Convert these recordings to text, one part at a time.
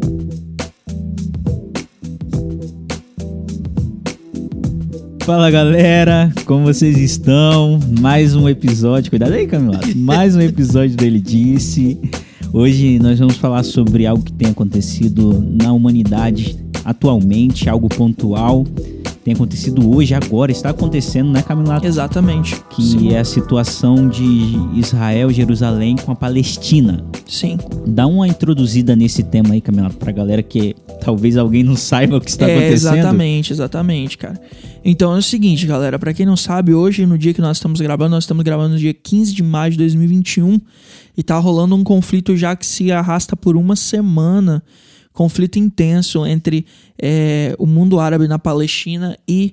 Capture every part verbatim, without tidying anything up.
Fala galera, como vocês estão? Mais um episódio, cuidado aí Camila, mais um episódio do Ele Disse. Hoje nós vamos falar sobre algo que tem acontecido na humanidade atualmente, algo pontual. Tem acontecido hoje, agora, está acontecendo, né Camila? Exatamente. Que Sim. é a situação de Israel, Jerusalém com a Palestina. Sim. Dá uma introduzida nesse tema aí, Camila, pra galera que talvez alguém não saiba o que está é, acontecendo. Exatamente, exatamente, cara. Então é o seguinte, galera, pra quem não sabe, hoje, no dia que nós estamos gravando, nós estamos gravando no dia quinze de maio de dois mil e vinte e um e tá rolando um conflito já que se arrasta por uma semana, conflito intenso entre é, o mundo árabe na Palestina e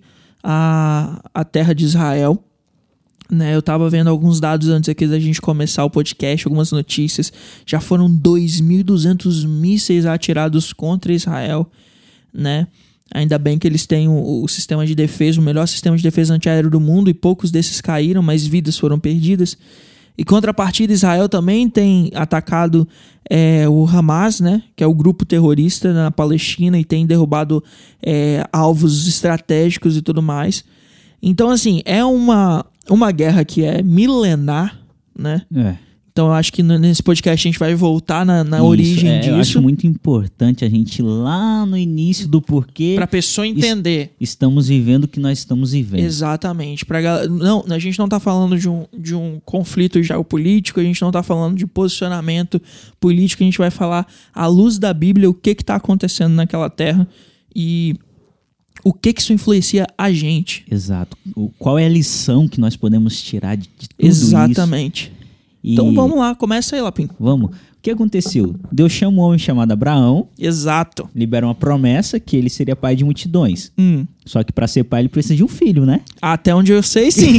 a, a terra de Israel. Né, eu tava vendo alguns dados antes aqui da gente começar o podcast, algumas notícias. Já foram dois mil e duzentos mísseis atirados contra Israel, né? Ainda bem que eles têm o, o sistema de defesa, o melhor sistema de defesa antiaéreo do mundo, e poucos desses caíram, mas vidas foram perdidas. E contrapartida, Israel também tem atacado é, o Hamas, né, que é o grupo terrorista na Palestina, e tem derrubado é, alvos estratégicos e tudo mais. Então, assim, é uma, uma guerra que é milenar, né? É. Então, eu acho que nesse podcast a gente vai voltar na, na origem é, disso. Eu acho muito importante a gente ir lá no início do porquê... Pra pessoa entender. Est- estamos vivendo o que nós estamos vivendo. Exatamente. Pra gal... não, a gente não tá falando de um, de um conflito geopolítico, a gente não tá falando de posicionamento político, a gente vai falar à luz da Bíblia o que que tá acontecendo naquela terra e o que que isso influencia a gente. Exato. O, qual é a lição que nós podemos tirar de, de tudo Exatamente. isso? Então E... vamos lá, começa aí, Lapim. Vamos. O que aconteceu? Deus chama um homem chamado Abraão. Exato. Libera uma promessa que ele seria pai de multidões. Hum. Só que para ser pai ele precisa de um filho, né? Até onde eu sei, sim.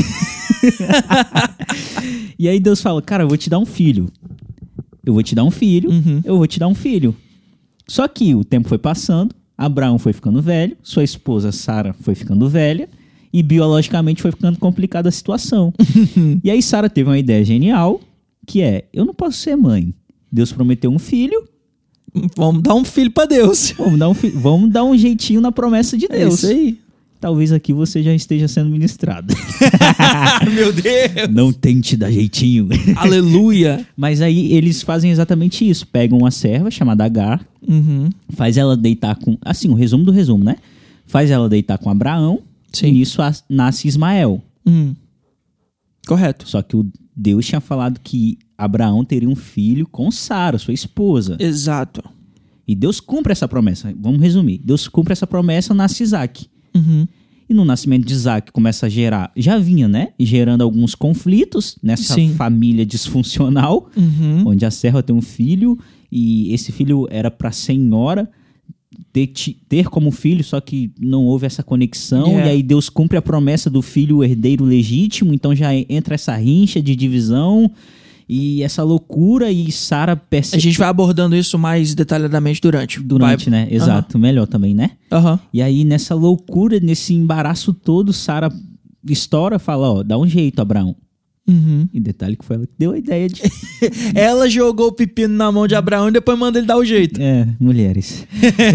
E aí Deus fala, cara, eu vou te dar um filho. Eu vou te dar um filho. Uhum. Eu vou te dar um filho. Só que o tempo foi passando. Abraão foi ficando velho. Sua esposa Sara foi ficando velha. E biologicamente foi ficando complicada a situação. E aí Sara teve uma ideia genial, que é, eu não posso ser mãe. Deus prometeu um filho. Vamos dar um filho pra Deus. Vamos dar um, fi- vamos dar um jeitinho na promessa de É Deus. isso aí. Talvez aqui você já esteja sendo ministrado. Meu Deus. Não tente dar jeitinho. Aleluia. Mas aí eles fazem exatamente isso. Pegam uma serva chamada Agar, Uhum. faz ela deitar com... Assim, o resumo do resumo, né? Faz ela deitar com Abraão. Sim. E nisso a- nasce Ismael. Hum. Correto. Só que o Deus tinha falado que Abraão teria um filho com Sara, sua esposa. Exato. E Deus cumpre essa promessa. Vamos resumir. Deus cumpre essa promessa, nasce Isaac. Uhum. E no nascimento de Isaac começa a gerar... Já vinha, né? Gerando alguns conflitos nessa Sim. família disfuncional. Uhum. Onde a serva tem um filho. E esse filho era para a senhora ter, ter como filho, só que não houve essa conexão. Yeah. E aí Deus cumpre a promessa do filho herdeiro legítimo. Então já entra essa rincha de divisão e essa loucura. E Sara percebe... A gente vai abordando isso mais detalhadamente durante. Durante, vai... né? Exato. Melhor também, né? Aham. E aí nessa loucura, nesse embaraço todo, Sara estoura, fala, ó, dá um jeito, Abraão. Uhum. E detalhe que foi ela que deu a ideia de... Ela jogou o pepino na mão de Abraão e depois manda ele dar o jeito. É, mulheres.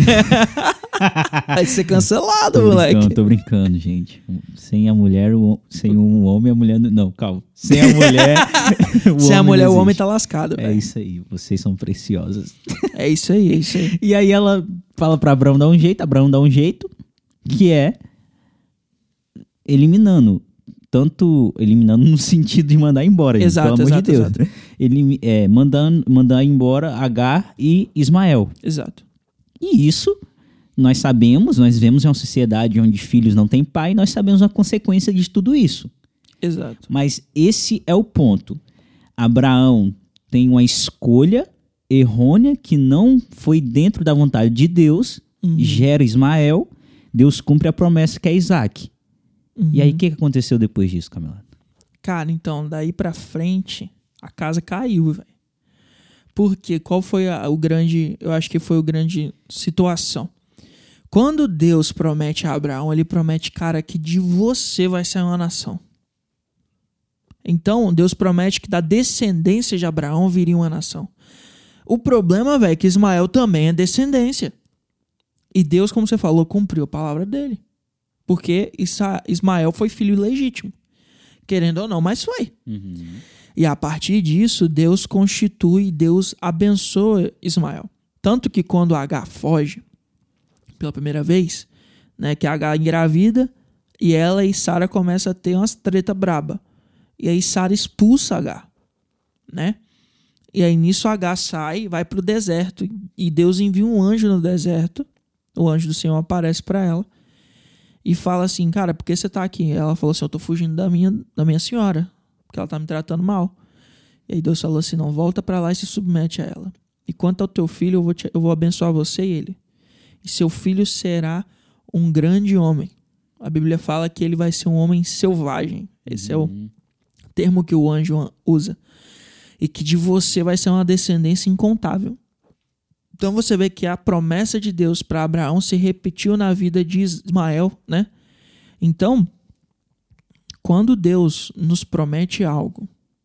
Vai ser cancelado, Tô moleque. brincando, tô brincando, gente. Sem a mulher, o, sem um homem, a mulher... Não, não, calma. Sem a mulher, o Sem a homem mulher, não o homem existe. tá lascado. É velho. isso aí, vocês são preciosas. É isso aí, é isso aí. E aí ela fala pra Abraão dar um jeito, Abraão dá um jeito, que é eliminando... Tanto eliminando no sentido de mandar embora, gente, Exato, pelo amor exato, de Deus. exato. Ele é, mandando, mandar embora Agar e Ismael. Exato. E isso, nós sabemos, nós vivemos em uma sociedade onde filhos não têm pai, nós sabemos a consequência de tudo isso. Exato. Mas esse é o ponto. Abraão tem uma escolha errônea que não foi dentro da vontade de Deus, Uhum. gera Ismael, Deus cumpre a promessa que é Isaac. Uhum. E aí, o que que aconteceu depois disso, Camila? Cara, então, daí pra frente, a casa caiu, velho. Porque qual foi a, o grande... Eu acho que foi o grande situação. Quando Deus promete a Abraão, ele promete, cara, que de você vai sair uma nação. Então, Deus promete que da descendência de Abraão viria uma nação. O problema, velho, é que Ismael também é descendência. E Deus, como você falou, cumpriu a palavra dele. Porque Isa- Ismael foi filho ilegítimo. Querendo ou não, mas foi. Uhum. E a partir disso, Deus constitui, Deus abençoa Ismael. Tanto que quando Agar foge, pela primeira vez, né, que Agar engravida, e ela e Sara começam a ter umas treta braba. E aí Sara expulsa Agar, né? E aí nisso Agar sai, vai pro deserto, e Deus envia um anjo no deserto. O anjo do Senhor aparece para ela e fala assim, cara, por que você tá aqui? Ela falou assim, eu tô fugindo da minha, da minha senhora, porque ela tá me tratando mal. E aí Deus falou assim, não, volta para lá e se submete a ela. E quanto ao teu filho, eu vou, te, eu vou abençoar você e ele. E seu filho será um grande homem. A Bíblia fala que ele vai ser um homem selvagem. Esse uhum. é o termo que o anjo usa. E que de você vai ser uma descendência incontável. Então você vê que a promessa de Deus para Abraão se repetiu na vida de Ismael, né? Então, quando Deus nos promete algo,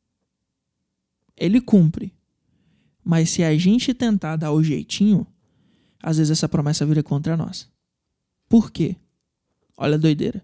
ele cumpre. Mas se a gente tentar dar o jeitinho, às vezes essa promessa vira contra nós. Por quê? Olha a doideira.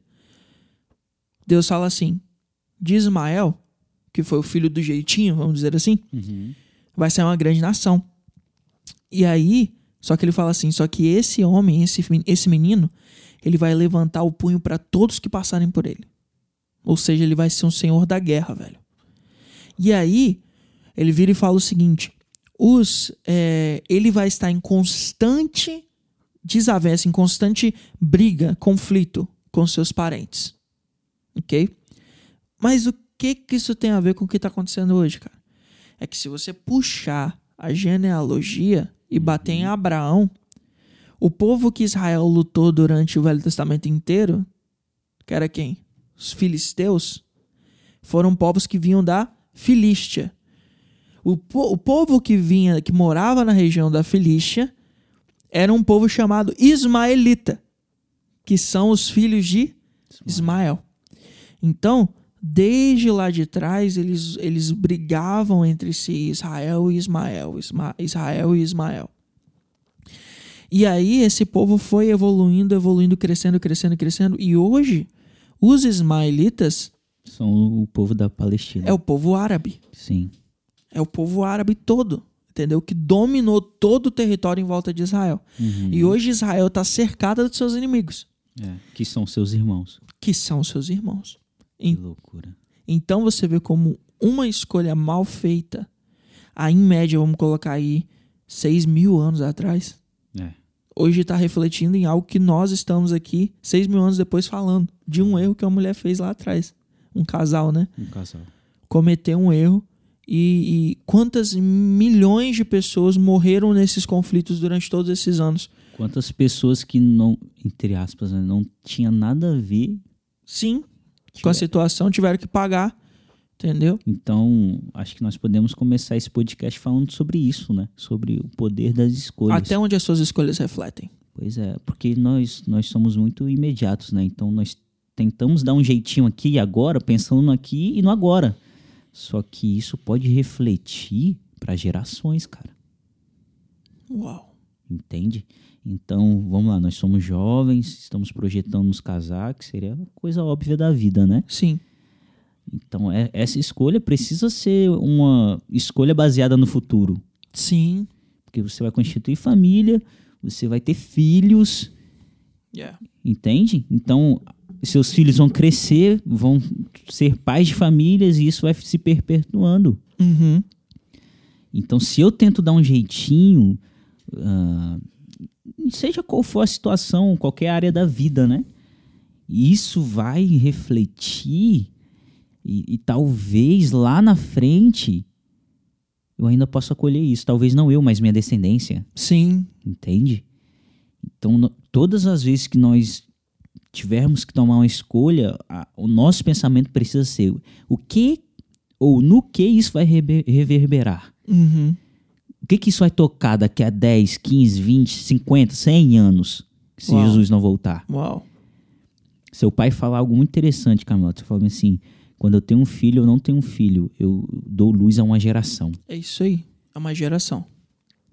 Deus fala assim, de Ismael, que foi o filho do jeitinho, vamos dizer assim, uhum. vai ser uma grande nação. E aí, só que ele fala assim, só que esse homem, esse, esse menino, ele vai levantar o punho para todos que passarem por ele. Ou seja, ele vai ser um senhor da guerra, velho. E aí, ele vira e fala o seguinte, os, é, ele vai estar em constante desavença, em constante briga, conflito com seus parentes. Ok? Mas o que que isso tem a ver com o que está acontecendo hoje, cara? É que se você puxar a genealogia e bater em Abraão, o povo que Israel lutou durante o Velho Testamento inteiro, que era quem? Os filisteus, foram povos que vinham da Filístia. O, po- o povo que vinha, que morava na região da Filístia, era um povo chamado Ismaelita, que são os filhos de Ismael. Então, desde lá de trás, eles, eles brigavam entre si, Israel e Ismael, Isma, Israel e Ismael. E aí esse povo foi evoluindo, evoluindo, crescendo, crescendo, crescendo. E hoje, os ismaelitas... são o povo da Palestina. É o povo árabe. Sim. É o povo árabe todo, entendeu? Que dominou todo o território em volta de Israel. Uhum. E hoje Israel está cercada dos seus inimigos. É, que são seus irmãos. Que são seus irmãos. Que loucura. Então você vê como uma escolha mal feita, a em média, vamos colocar aí, seis mil anos atrás, É. hoje está refletindo em algo que nós estamos aqui, seis mil anos depois, falando de um erro que uma mulher fez lá atrás. Um casal, né? Um casal. Cometeu um erro e, e quantas milhões de pessoas morreram nesses conflitos durante todos esses anos? Quantas pessoas que não, entre aspas, né, não tinha nada a ver. Sim, com a situação, tiveram que pagar, entendeu? Então, acho que nós podemos começar esse podcast falando sobre isso, né? Sobre o poder das escolhas. Até onde as suas escolhas refletem. Pois é, porque nós, nós somos muito imediatos, né? Então, nós tentamos dar um jeitinho aqui e agora, pensando no aqui e no agora. Só que isso pode refletir para gerações, cara. Uau. Entende? Então, vamos lá, nós somos jovens, estamos projetando nos casar, que seria a coisa óbvia da vida, né? Sim. Então, é, essa escolha precisa ser uma escolha baseada no futuro. Sim. Porque você vai constituir família, você vai ter filhos, Yeah. entende? Então, seus filhos vão crescer, vão ser pais de famílias e isso vai se perpetuando. Uhum. Então, se eu tento dar um jeitinho... Uh, seja qual for a situação, qualquer área da vida, né? Isso vai refletir e, e talvez lá na frente eu ainda possa colher isso. Talvez não eu, mas minha descendência. Sim. Entende? Então, no, todas as vezes que nós tivermos que tomar uma escolha, a, o nosso pensamento precisa ser o que ou no que isso vai rever, reverberar. Uhum. O que que isso vai tocar daqui a dez, quinze, vinte, cinquenta, cem anos, se Uau. Jesus não voltar? Uau. Seu pai fala algo muito interessante, Camila. Você fala assim, quando eu tenho um filho, eu não tenho um filho. Eu dou luz a uma geração. É isso aí. É uma geração.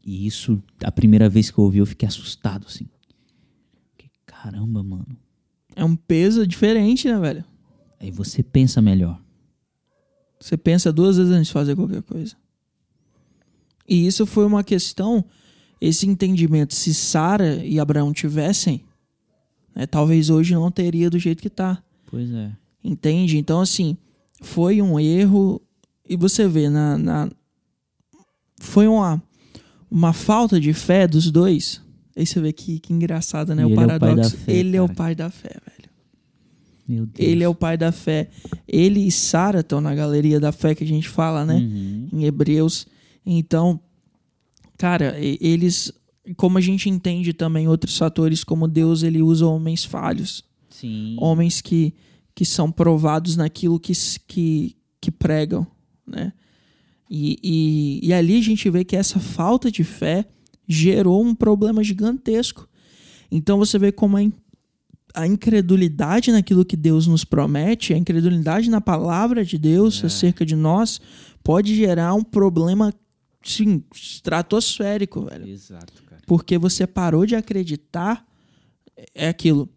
E isso, a primeira vez que eu ouvi, eu fiquei assustado, assim. Fiquei, caramba, mano. É um peso diferente, né, velho? Aí você pensa melhor. Você pensa duas vezes antes de fazer qualquer coisa. E isso foi uma questão, esse entendimento, se Sara e Abraão tivessem, né, talvez hoje não teria do jeito que tá. Pois é. Entende? Então, assim, foi um erro. E você vê, na, na, foi uma, uma falta de fé dos dois. Aí você vê que, que engraçado, né? E O ele paradoxo. é o pai da fé, ele cara. é o pai da fé, velho. Meu Deus. Ele é o pai da fé. Ele e Sara estão na galeria da fé que a gente fala, né? Uhum. Em Hebreus. Então, cara, eles... Como a gente entende também outros fatores, como Deus, ele usa homens falhos. Sim. Homens que, que são provados naquilo que, que, que pregam, né? E, e, e ali a gente vê que essa falta de fé gerou um problema gigantesco. Então você vê como a, in, a incredulidade naquilo que Deus nos promete, a incredulidade na palavra de Deus é. acerca de nós, pode gerar um problema, sim, estratosférico, velho. Exato, cara. Porque você parou de acreditar, é aquilo.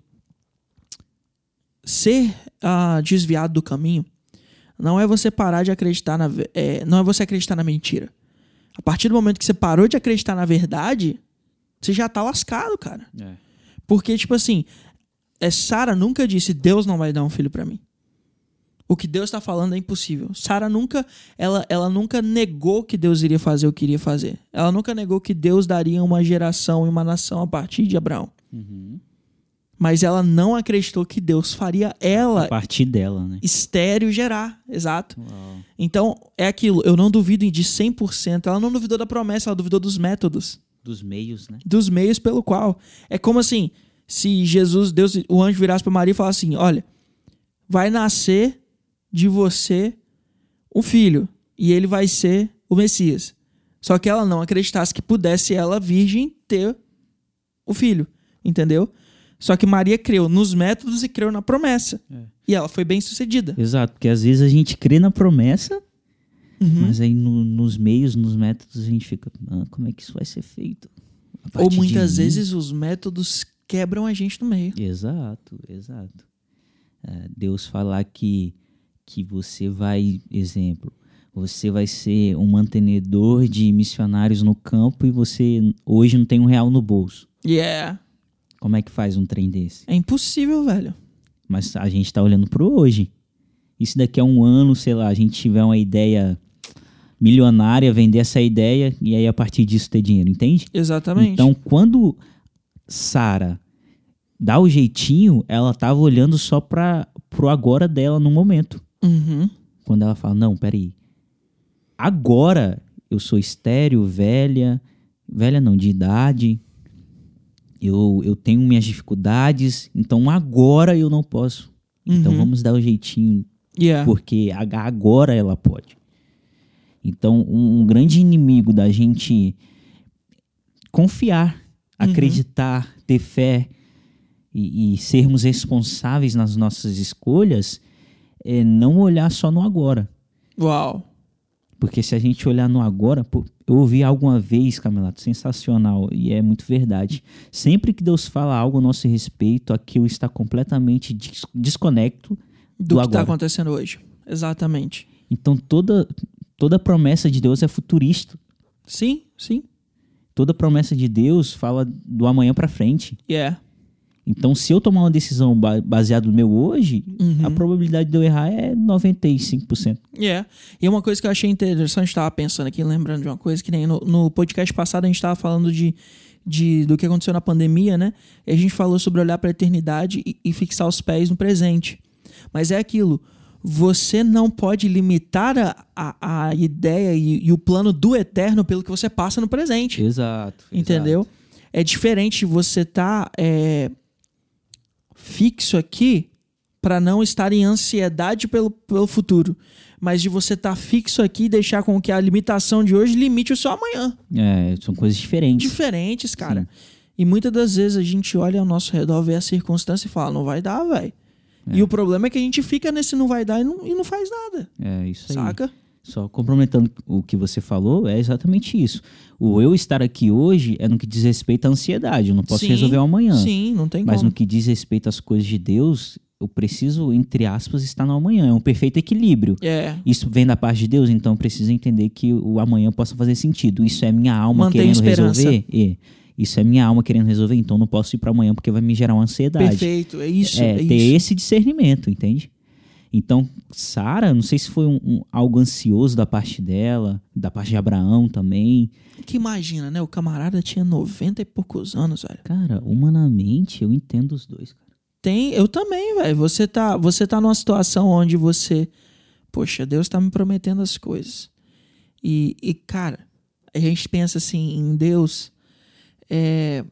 Ser uh, desviado do caminho não é você parar de acreditar na... É, não é você acreditar na mentira. A partir do momento que você parou de acreditar na verdade, você já tá lascado, cara. É. Porque, tipo assim, é, Sara nunca disse, Deus não vai dar um filho pra mim. O que Deus tá falando é impossível. Sara nunca, ela, ela nunca negou que Deus iria fazer o que iria fazer. Ela nunca negou que Deus daria uma geração e uma nação a partir de Abraão. Uhum. Mas ela não acreditou que Deus faria ela... A partir dela, né? Estéreo gerar, exato. Uau. Então, é aquilo, eu não duvido de cem por cento. Ela não duvidou da promessa, ela duvidou dos métodos. Dos meios, né? Dos meios pelo qual. É como assim, se Jesus, Deus, o anjo virasse para Maria e falasse assim, olha, vai nascer de você um filho, e ele vai ser o Messias. Só que ela não acreditasse que pudesse ela, virgem, ter o filho, entendeu? Só que Maria creu nos métodos e creu na promessa. É. E ela foi bem sucedida. Exato, porque às vezes a gente crê na promessa, uhum. mas aí no, nos meios, nos métodos, a gente fica, ah, como é que isso vai ser feito? Ou muitas vezes os métodos quebram a gente no meio. Exato, exato. É, Deus falar que, que você vai, exemplo, você vai ser um mantenedor de missionários no campo e você hoje não tem um real no bolso. Yeah. Como é que faz um trem desse? É impossível, velho. Mas a gente tá olhando pro hoje. E se daqui a um ano, sei lá, a gente tiver uma ideia milionária, vender essa ideia e aí a partir disso ter dinheiro, entende? Exatamente. Então, quando Sara dá o jeitinho, ela tava olhando só para pro agora dela no momento. Uhum. Quando ela fala, não, peraí, agora eu sou estéril, velha, velha não, de idade, eu, eu tenho minhas dificuldades, então agora eu não posso. Uhum. Então vamos dar o jeitinho, yeah. porque agora ela pode. Então um, um grande inimigo da gente confiar, uhum. acreditar, ter fé e, e sermos responsáveis nas nossas escolhas é não olhar só no agora. Uau! Porque se a gente olhar no agora... Pô, eu ouvi alguma vez, Camelato, sensacional, e é muito verdade. Sempre que Deus fala algo a nosso respeito, aquilo está completamente des- desconecto do, do que agora. está acontecendo hoje. Exatamente. Então toda, toda promessa de Deus é futurista. Sim, sim. Toda promessa de Deus fala do amanhã para frente. Yeah. Então, se eu tomar uma decisão baseada no meu hoje, uhum. a probabilidade de eu errar é noventa e cinco por cento. Yeah. E uma coisa que eu achei interessante, estava pensando aqui, lembrando de uma coisa, que nem no, no podcast passado a gente estava falando de, de, do que aconteceu na pandemia, né? E a gente falou sobre olhar para a eternidade e, e fixar os pés no presente. Mas é aquilo, você não pode limitar a, a, a ideia e, e o plano do eterno pelo que você passa no presente. Exato. Entendeu? Exato. É diferente você estar... Tá, é, fixo aqui para não estar em ansiedade pelo, pelo futuro, mas de você estar tá fixo aqui e deixar com que a limitação de hoje limite o seu amanhã. É, são coisas diferentes. Diferentes, cara. Sim. E muitas das vezes a gente olha ao nosso redor, vê a circunstância e fala, não vai dar, velho. É. E o problema é que a gente fica nesse não vai dar e não, e não faz nada. É, isso aí. Saca? Só complementando o que você falou, é exatamente isso. O eu estar aqui hoje é no que diz respeito à ansiedade. Eu não posso Sim, resolver amanhã. Sim, não tem Mas como. no que diz respeito às coisas de Deus, eu preciso, entre aspas, estar no amanhã. É um perfeito equilíbrio. É. Isso vem da parte de Deus, então eu preciso entender que o amanhã possa fazer sentido. Isso é minha alma Mantém querendo esperança. resolver? É. Isso é minha alma querendo resolver, então eu não posso ir para amanhã porque vai me gerar uma ansiedade. Perfeito, é isso. É, é ter isso. esse discernimento, entende? Então, Sara, não sei se foi um, um, algo ansioso da parte dela, da parte de Abraão também. Que imagina, né? O camarada tinha noventa e poucos anos, velho. Cara, humanamente, eu entendo os dois, cara. Tem, eu também, velho. Você tá, você tá numa situação onde você... Poxa, Deus tá me prometendo as coisas. E, e cara, a gente pensa assim em Deus... É,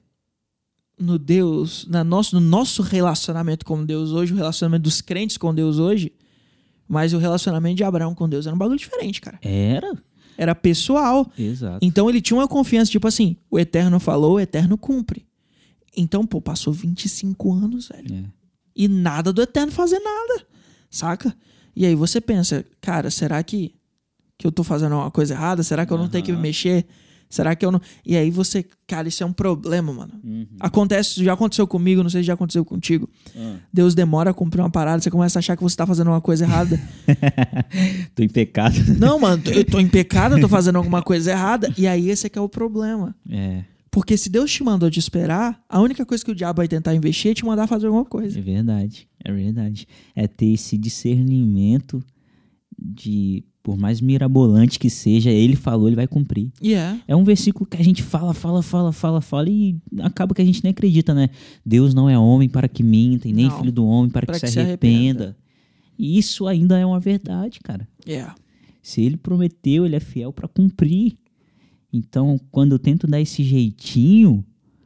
no Deus, na nosso, no nosso relacionamento com Deus hoje, o relacionamento dos crentes com Deus hoje, mas o relacionamento de Abraão com Deus era um bagulho diferente, cara. Era? Era pessoal. Exato. Então ele tinha uma confiança, tipo assim, o Eterno falou, o Eterno cumpre. Então, pô, passou vinte e cinco anos, velho. É. E nada do Eterno fazer nada, saca? E aí você pensa, cara, será que, que eu tô fazendo uma coisa errada? Será que eu não Uhum. tenho que me mexer? Será que eu não... E aí você... Cara, isso é um problema, mano. Uhum. Acontece... Já aconteceu comigo, não sei se já aconteceu contigo. Uhum. Deus demora a cumprir uma parada, você começa a achar que você tá fazendo uma coisa errada. Tô em pecado. Não, mano, eu tô em pecado, eu tô fazendo alguma coisa errada. E aí esse é que é o problema. É. Porque se Deus te mandou te esperar, a única coisa que o diabo vai tentar investir é te mandar fazer alguma coisa. É verdade. É verdade. É ter esse discernimento de... Por mais mirabolante que seja, ele falou, ele vai cumprir. Yeah. É um versículo que a gente fala, fala, fala, fala, fala e acaba que a gente nem acredita, né? Deus não é homem para que minta e nem Não. filho do homem para, Para que, que se se arrependa. arrependa. E isso ainda é uma verdade, cara. Yeah. Se ele prometeu, ele é fiel para cumprir. Então, quando eu tento dar esse jeitinho,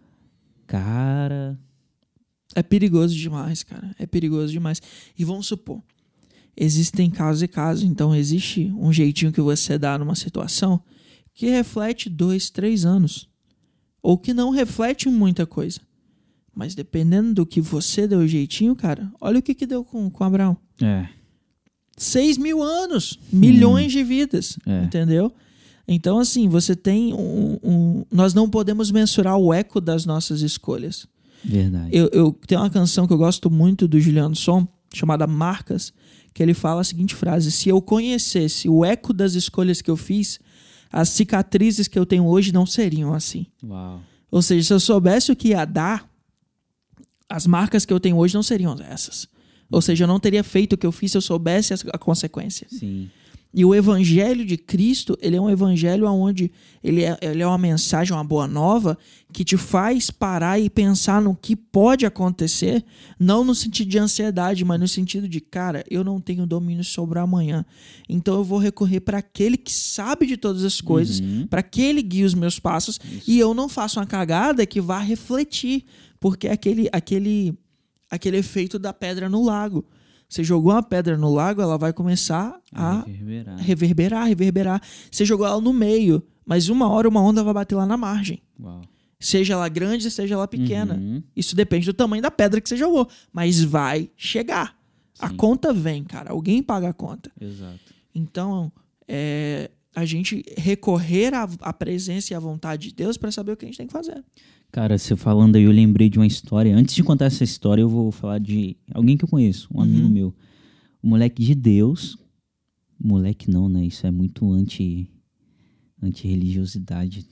cara... É perigoso demais, cara. É perigoso demais. E vamos supor, existem casos e casos. Então, existe um jeitinho que você dá numa situação que reflete dois, três anos. Ou que não reflete muita coisa. Mas dependendo do que você deu o jeitinho, cara, olha o que que deu com, com Abraão. É. Seis mil anos. Milhões de vidas. É. Entendeu? Então, assim, você tem um, um... Nós não podemos mensurar o eco das nossas escolhas. Verdade. Eu, eu tenho uma canção que eu gosto muito do Juliano Som, chamada Marcas, que ele fala a seguinte frase: se eu conhecesse o eco das escolhas que eu fiz, as cicatrizes que eu tenho hoje não seriam assim. Uau. Ou seja, se eu soubesse o que ia dar, as marcas que eu tenho hoje não seriam essas. Ou seja, eu não teria feito o que eu fiz se eu soubesse a consequência. Sim. E o evangelho de Cristo, ele é um evangelho onde ele é, ele é uma mensagem, uma boa nova, que te faz parar e pensar no que pode acontecer, não no sentido de ansiedade, mas no sentido de, cara, eu não tenho domínio sobre o amanhã. Então eu vou recorrer para aquele que sabe de todas as coisas, Uhum. para que ele guie os meus passos, Isso. e eu não faço uma cagada que vá refletir, porque é aquele, aquele, aquele efeito da pedra no lago. Você jogou uma pedra no lago, ela vai começar a reverberar. reverberar, reverberar. Você jogou ela no meio, mas uma hora uma onda vai bater lá na margem. Uau. Seja ela grande, seja ela pequena. Uhum. Isso depende do tamanho da pedra que você jogou. Mas vai chegar. A Sim. conta vem, cara. Alguém paga a conta. Exato. Então, é, a gente recorrer à, à presença e à vontade de Deus para saber o que a gente tem que fazer. Cara, você falando aí, eu lembrei de uma história. Antes de contar essa história, eu vou falar de alguém que eu conheço, um amigo Uhum. meu. Um moleque de Deus. Moleque não, né? Isso é muito anti, anti-religiosidade.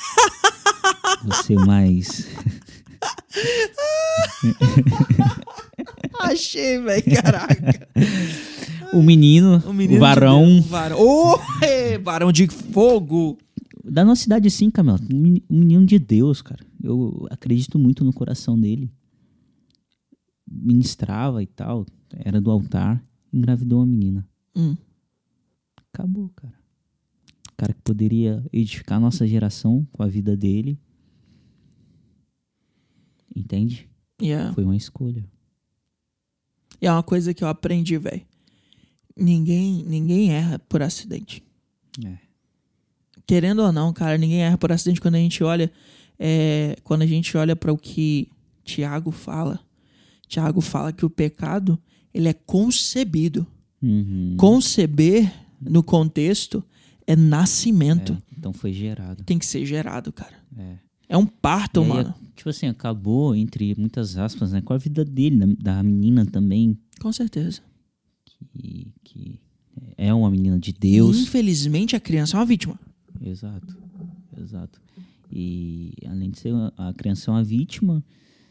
Você mais... Achei, velho, caraca. O menino, o, O menino varão... de Deus, varão. Oh, é, varão de fogo. Da nossa cidade, sim, Camila. Um meni- um menino de Deus, cara. Eu acredito muito no coração dele. Ministrava e tal. Era do altar. Engravidou uma menina. Hum. Acabou, cara. O cara que poderia edificar a nossa geração com a vida dele. Entende? Yeah. Foi uma escolha. E é uma coisa que eu aprendi, velho. Ninguém, ninguém erra por acidente. É. Querendo ou não, cara, ninguém erra por acidente. Quando a gente olha, é, quando a gente olha para o que Tiago fala, Tiago fala que o pecado, ele é concebido. Uhum. Conceber no contexto, é nascimento. É, então foi gerado. Tem que ser gerado, cara. É. É um parto, E aí, mano. tipo assim, acabou, entre muitas aspas, né, com a vida dele, da, da menina também, Com certeza. que, que é uma menina de Deus. Infelizmente, a criança é uma vítima. Exato, exato. E além de ser uma, a criança é uma vítima,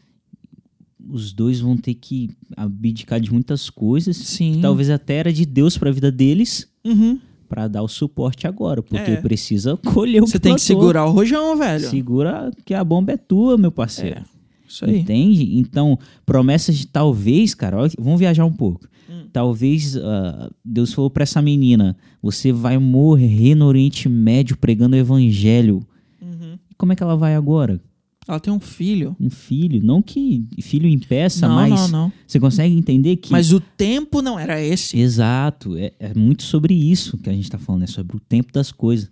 os dois vão ter que abdicar de muitas coisas. Sim. Que talvez até era de Deus para a vida deles, Uhum. para dar o suporte agora, porque É. precisa colher o Você que tem que plantou. segurar o rojão, velho. Segura que a bomba é tua, meu parceiro. É. Isso aí. Entende? Então, promessas de talvez, cara, olha, vamos viajar um pouco. Hum. Talvez uh, Deus falou pra essa menina: você vai morrer no Oriente Médio pregando o evangelho. Uhum. Como é que ela vai agora? Ela tem um filho. Um filho. Não que filho impeça, Não, mas não, não. você consegue entender que. Mas o tempo não era esse. Exato. É, é muito sobre isso que a gente tá falando, é sobre o tempo das coisas.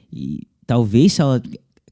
E talvez se ela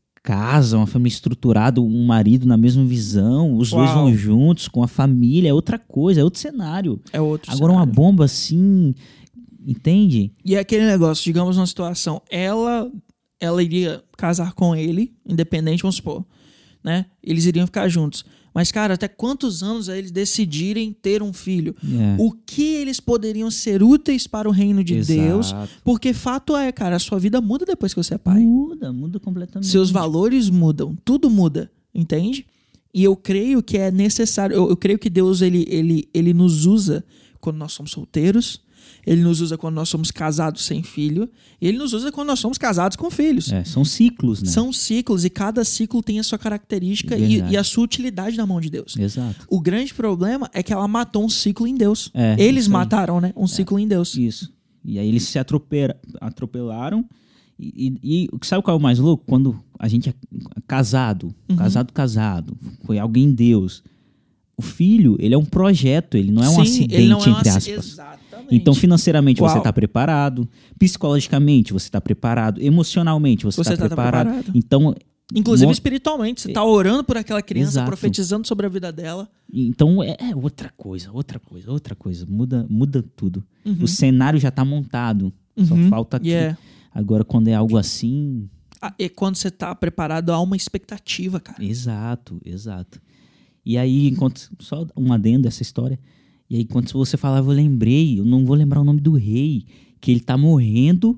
casa, uma família estruturada, um marido na mesma visão, os Uau. dois vão juntos com a família, é outra coisa, é outro cenário. É outro Agora uma cenário. bomba assim, entende? E é aquele negócio, digamos uma situação, ela, ela iria casar com ele, independente, vamos supor, né? Eles iriam ficar juntos. Mas, cara, até quantos anos eles decidirem ter um filho? É. O que eles poderiam ser úteis para o reino de Exato. Deus? Porque fato é, cara, a sua vida muda depois que você é pai. Muda, muda completamente. Seus valores mudam, tudo muda, entende? E eu creio que é necessário, eu, eu creio que Deus ele, ele, ele nos usa quando nós somos solteiros, ele nos usa quando nós somos casados sem filho, e ele nos usa quando nós somos casados com filhos. É, são ciclos, né? São ciclos e cada ciclo tem a sua característica e, Verdade. e a sua utilidade na mão de Deus. Exato. O grande problema é que ela matou um ciclo em Deus. É, Eles isso aí. mataram, né? Um ciclo em Deus. Isso. E aí eles se atropela, atropelaram. E, e, e sabe qual é o mais louco? Quando a gente é casado, Uhum. casado, casado, foi alguém Deus. O filho, ele é um projeto, ele não é um Sim, acidente, ele não é um entre aci- aspas. Exatamente. Então, financeiramente, Uau. você está preparado. Psicologicamente, você está preparado. Emocionalmente, você Você está tá preparado. preparado. Então, Inclusive mo- espiritualmente, você tá orando por aquela criança, Exato. profetizando sobre a vida dela. então é é outra coisa, outra coisa, outra coisa. Muda, muda tudo. Uhum. O cenário já está montado. Só Uhum. falta aqui. Yeah. Agora, quando é algo assim... Ah, e quando você tá preparado, há uma expectativa, cara. Exato, exato. E aí, enquanto só um adendo dessa história. E aí, enquanto você falava, eu lembrei, eu não vou lembrar o nome do rei, que ele tá morrendo.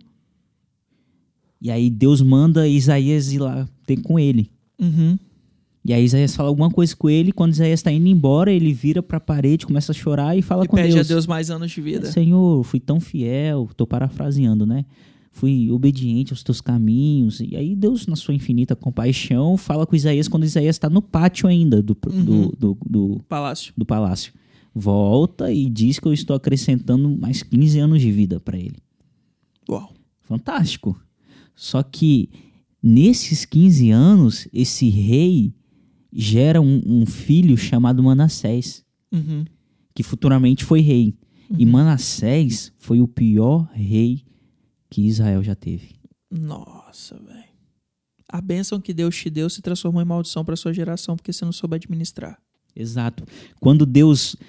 E aí Deus manda Isaías ir lá ter com ele. Uhum. E aí Isaías fala alguma coisa com ele, quando Isaías tá indo embora, ele vira pra parede, começa a chorar e fala E com pede Deus. a Deus mais anos de vida. Senhor, fui tão fiel, tô parafraseando, né? Fui obediente aos teus caminhos. E aí Deus, na sua infinita compaixão, fala com Isaías quando Isaías está no pátio ainda do, Uhum. do, do, do, Palácio. do palácio. Volta e diz que eu estou acrescentando mais quinze anos de vida para ele. Uau. Fantástico. Só que nesses quinze anos, esse rei gera um, um filho chamado Manassés, Uhum. que futuramente foi rei. E Manassés foi o pior rei que Israel já teve. Nossa, velho. A bênção que Deus te deu se transformou em maldição para sua geração porque você não soube administrar. Exato. Quando Deus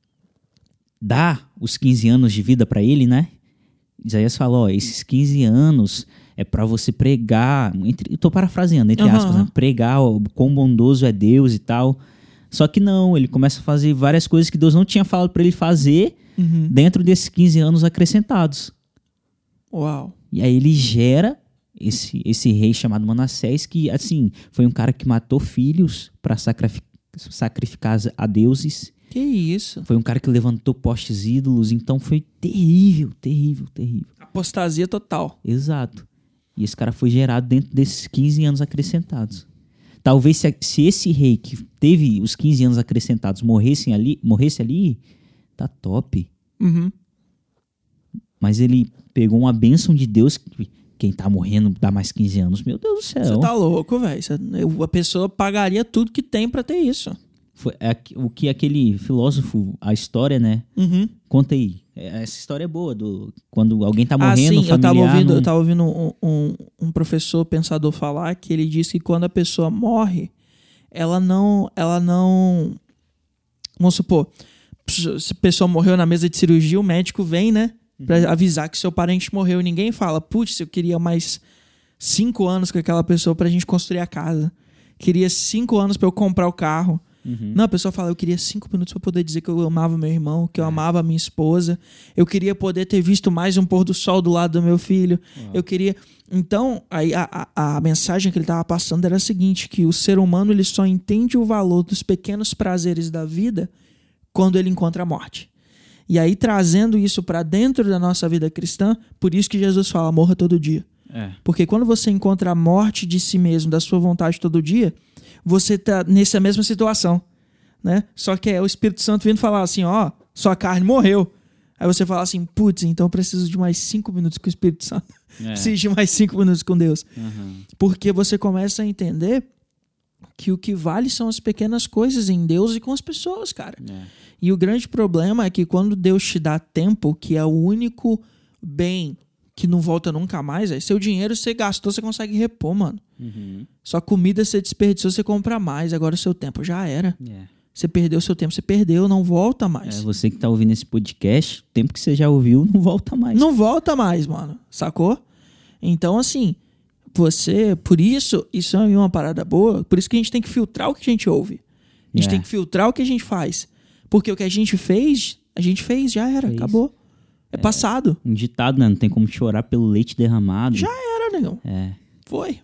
dá os quinze anos de vida para ele, né? Isaías fala, ó, esses quinze anos é para você pregar, entre, eu tô parafraseando, entre Aham, aspas, aham. né? Pregar o quão bondoso é Deus e tal. Só que não, ele começa a fazer várias coisas que Deus não tinha falado para ele fazer Uhum. dentro desses quinze anos acrescentados. Uau. E aí ele gera esse, esse rei chamado Manassés, que, assim, foi um cara que matou filhos para sacrificar a deuses. Que isso? Foi um cara que levantou postes ídolos. Então foi terrível, terrível, terrível. Apostasia total. Exato. E esse cara foi gerado dentro desses quinze anos acrescentados. Talvez se, se esse rei que teve os quinze anos acrescentados morressem ali, morresse ali, tá top. Uhum. Mas ele pegou uma bênção de Deus. Que quem tá morrendo dá mais quinze anos. Meu Deus do céu. Você tá louco, velho. A pessoa pagaria tudo que tem pra ter isso. Foi é, o que aquele filósofo, a história, né? Uhum. Conta aí. É, essa história é boa. Do, quando alguém tá Ah, morrendo, sim, eu tava familiar, ouvindo, não- eu tava ouvindo um, um, um professor pensador falar que ele disse que quando a pessoa morre, ela não, ela não, vamos supor, se a pessoa morreu na mesa de cirurgia, o médico vem, né, Pra avisar que seu parente morreu. E ninguém fala, putz, eu queria mais cinco anos com aquela pessoa pra gente construir a casa. Queria cinco anos pra eu comprar o carro. Uhum. Não, a pessoa fala, eu queria cinco minutos pra poder dizer que eu amava meu irmão, que eu é. amava a minha esposa. Eu queria poder ter visto mais um pôr do sol do lado do meu filho. Uau. Eu queria... Então, aí a, a, a mensagem que ele estava passando era a seguinte, que o ser humano ele só entende o valor dos pequenos prazeres da vida quando ele encontra a morte. E aí, trazendo isso para dentro da nossa vida cristã, por isso que Jesus fala, morra todo dia. É. Porque quando você encontra a morte de si mesmo, da sua vontade todo dia, você está nessa mesma situação, né? Só que é o Espírito Santo vindo falar assim, ó, sua carne morreu. Aí você fala assim, putz, então eu preciso de mais cinco minutos com o Espírito Santo. É. Preciso de mais cinco minutos com Deus. Uhum. Porque você começa a entender que o que vale são as pequenas coisas em Deus e com as pessoas, cara. É. E o grande problema é que quando Deus te dá tempo, que é o único bem que não volta nunca mais, é seu dinheiro você gastou, você consegue repor, mano. Uhum. Sua comida você desperdiçou, você compra mais. Agora o seu tempo já era. É. Você perdeu seu tempo, você perdeu, não volta mais. É, você que tá ouvindo esse podcast, o tempo que você já ouviu, não volta mais. Não volta mais, mano. Sacou? Então, assim, você... Por isso, isso é uma parada boa. Por isso que a gente tem que filtrar o que a gente ouve. A gente é. tem que filtrar o que a gente faz. Porque o que a gente fez, a gente fez, já era, fez. acabou. É, é passado. Um ditado, né? Não tem como chorar pelo leite derramado. Já era, negão. É. Foi.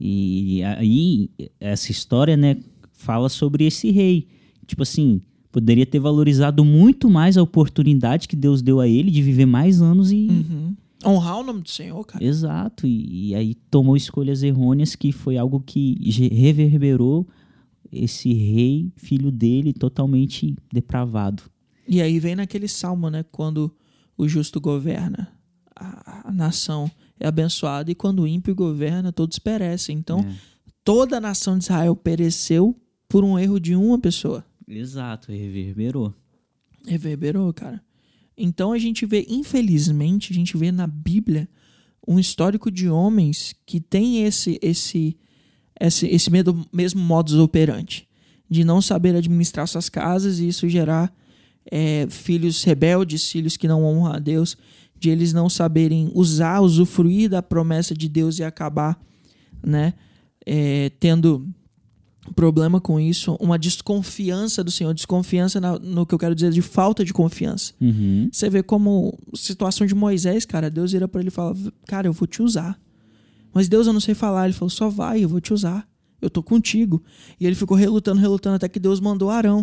E aí, essa história, né, fala sobre esse rei. Tipo assim, poderia ter valorizado muito mais a oportunidade que Deus deu a ele de viver mais anos e... Uhum. Honrar o nome do Senhor, cara. Exato. E, e aí tomou escolhas errôneas que foi algo que reverberou esse rei, filho dele, totalmente depravado. E aí vem naquele salmo, né? Quando o justo governa, a, a nação é abençoada. E quando o ímpio governa, todos perecem. Então, é. toda a nação de Israel pereceu por um erro de uma pessoa. Exato, reverberou. Reverberou, cara. Então a gente vê, infelizmente, a gente vê na Bíblia um histórico de homens que tem esse, esse, esse, esse mesmo modus operandi, de não saber administrar suas casas e isso gerar é, filhos rebeldes, filhos que não honram a Deus, de eles não saberem usar, usufruir da promessa de Deus e acabar, né, é, tendo... problema com isso, uma desconfiança do Senhor, desconfiança na, no que eu quero dizer de falta de confiança. Uhum. Você vê como situação de Moisés, cara, Deus vira pra ele e fala, cara, eu vou te usar. Mas Deus, eu não sei falar. Ele falou, só vai, eu vou te usar. Eu tô contigo. E ele ficou relutando, relutando, até que Deus mandou Arão.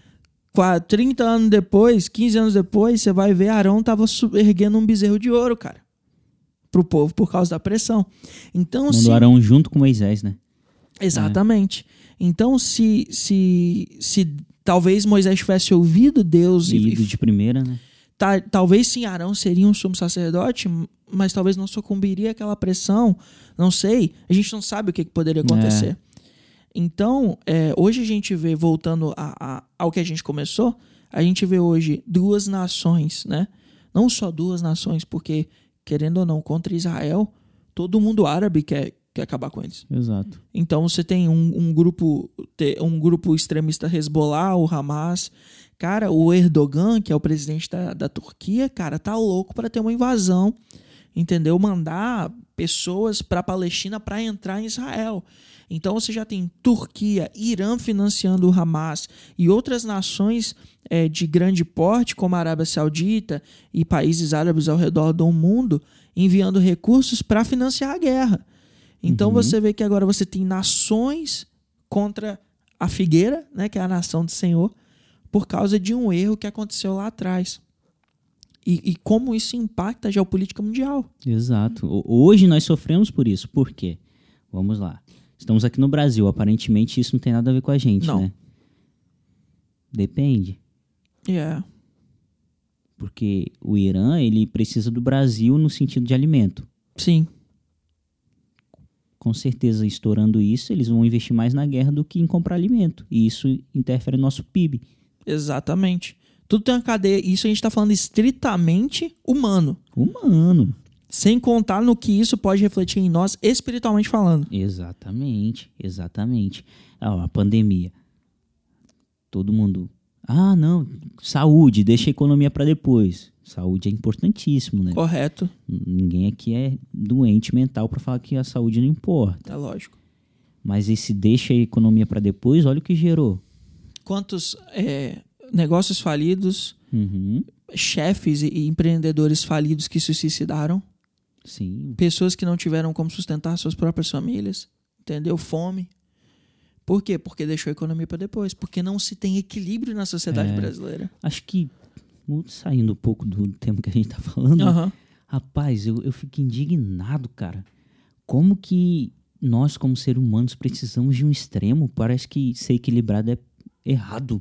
trinta anos depois, quinze anos depois, você vai ver, Arão tava erguendo um bezerro de ouro, cara, pro povo, por causa da pressão. Então, mandou se... Arão junto com Moisés, né? Exatamente. É. Então, se, se, se talvez Moisés tivesse ouvido Deus... E ido de primeira, né? Tá, talvez sim, Arão seria um sumo sacerdote, mas talvez não sucumbiria àquela pressão. Não sei. A gente não sabe o que, que poderia acontecer. É. Então, é, hoje a gente vê, voltando a, a, ao que a gente começou, a gente vê hoje duas nações, né? Não só duas nações, porque, querendo ou não, contra Israel, todo mundo árabe quer... quer acabar com eles. Exato. Então você tem um, um grupo um grupo extremista Hezbollah, o Hamas. Cara, o Erdogan, que é o presidente da, da Turquia, cara, tá louco para ter uma invasão, entendeu? Mandar pessoas para a Palestina para entrar em Israel. Então você já tem Turquia, Irã financiando o Hamas e outras nações é, de grande porte, como a Arábia Saudita e países árabes ao redor do mundo, enviando recursos para financiar a guerra. Então uhum. você vê que agora você tem nações contra a figueira, né, que é a nação do Senhor, por causa de um erro que aconteceu lá atrás. E, e como isso impacta a geopolítica mundial. Exato. Hoje nós sofremos por isso. Por quê? Vamos lá. Estamos aqui no Brasil. Aparentemente isso não tem nada a ver com a gente, não. né? Depende. Yeah. Porque o Irã, ele precisa do Brasil no sentido de alimento. Sim. Com certeza, estourando isso, eles vão investir mais na guerra do que em comprar alimento. E isso interfere no nosso P I B. Exatamente. Tudo tem uma cadeia. Isso a gente está falando estritamente humano. Humano. Sem contar no que isso pode refletir em nós espiritualmente falando. Exatamente. Exatamente. Ah, a pandemia. Todo mundo Ah, não, saúde, deixa a economia para depois. Saúde é importantíssimo, né? Correto. Ninguém aqui é doente mental para falar que a saúde não importa. É lógico. Mas esse deixa a economia para depois, olha o que gerou. Quantos é, negócios falidos, Uhum. chefes e, e empreendedores falidos que se suicidaram, Sim. pessoas que não tiveram como sustentar suas próprias famílias, entendeu? Fome. Por quê? Porque deixou a economia para depois. Porque não se tem equilíbrio na sociedade É. brasileira. Acho que, saindo um pouco do tema que a gente tá falando, Aham. rapaz, eu, eu fico indignado, cara. Como que nós, como seres humanos, precisamos de um extremo? Parece que ser equilibrado é errado.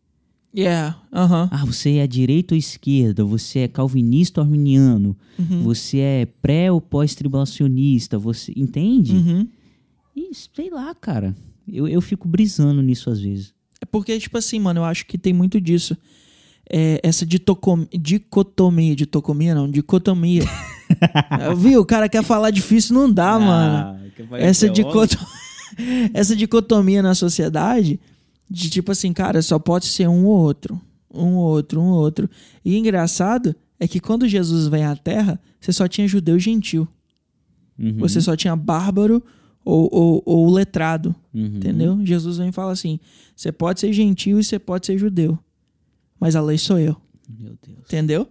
Yeah. Aham. Ah, você é direita ou esquerda? Você é calvinista ou arminiano? Uhum. Você é pré ou pós-tribulacionista? Você entende? Uhum. E sei lá, cara. Eu, eu fico brisando nisso às vezes. É porque, tipo assim, mano, eu acho que tem muito disso. É, essa ditocom... dicotomia. Dicotomia não, dicotomia. Viu? O cara quer falar difícil, não dá, mano. Essa, dicoto... essa dicotomia na sociedade, de tipo assim, cara, só pode ser um ou outro. Um ou outro, um ou outro. E engraçado é que quando Jesus vem à Terra, você só tinha judeu e gentil. Uhum. Você só tinha bárbaro ou, ou, ou letrado. Uhum. Entendeu? Jesus vem e fala assim, você pode ser gentil e você pode ser judeu. Mas a lei sou eu. Meu Deus. Entendeu?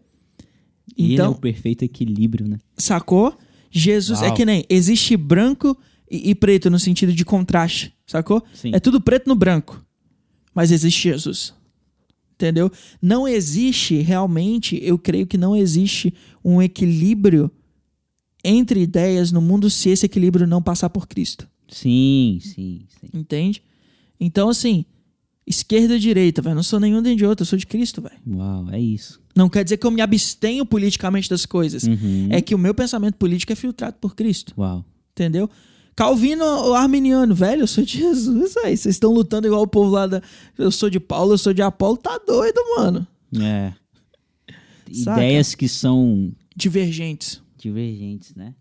E Então, ele é o perfeito equilíbrio, né? sacou? Jesus Uau. é que nem existe branco e, e preto no sentido de contraste, sacou? Sim. É tudo preto no branco. Mas existe Jesus. Entendeu? Não existe realmente, eu creio que não existe um equilíbrio entre ideias no mundo se esse equilíbrio não passar por Cristo. Sim, sim, sim. Entende? Então, assim, esquerda e direita, velho. Não sou nenhum nem de outro, eu sou de Cristo, velho. Uau, é isso. Não quer dizer que eu me abstenho politicamente das coisas. Uhum. É que o meu pensamento político é filtrado por Cristo. Uau. Entendeu? Calvino ou arminiano, velho, eu sou de Jesus, velho. Vocês estão lutando igual o povo lá da... Eu sou de Paulo, eu sou de Apolo. Tá doido, mano. É. Saca? Ideias que são Divergentes. divergentes, né?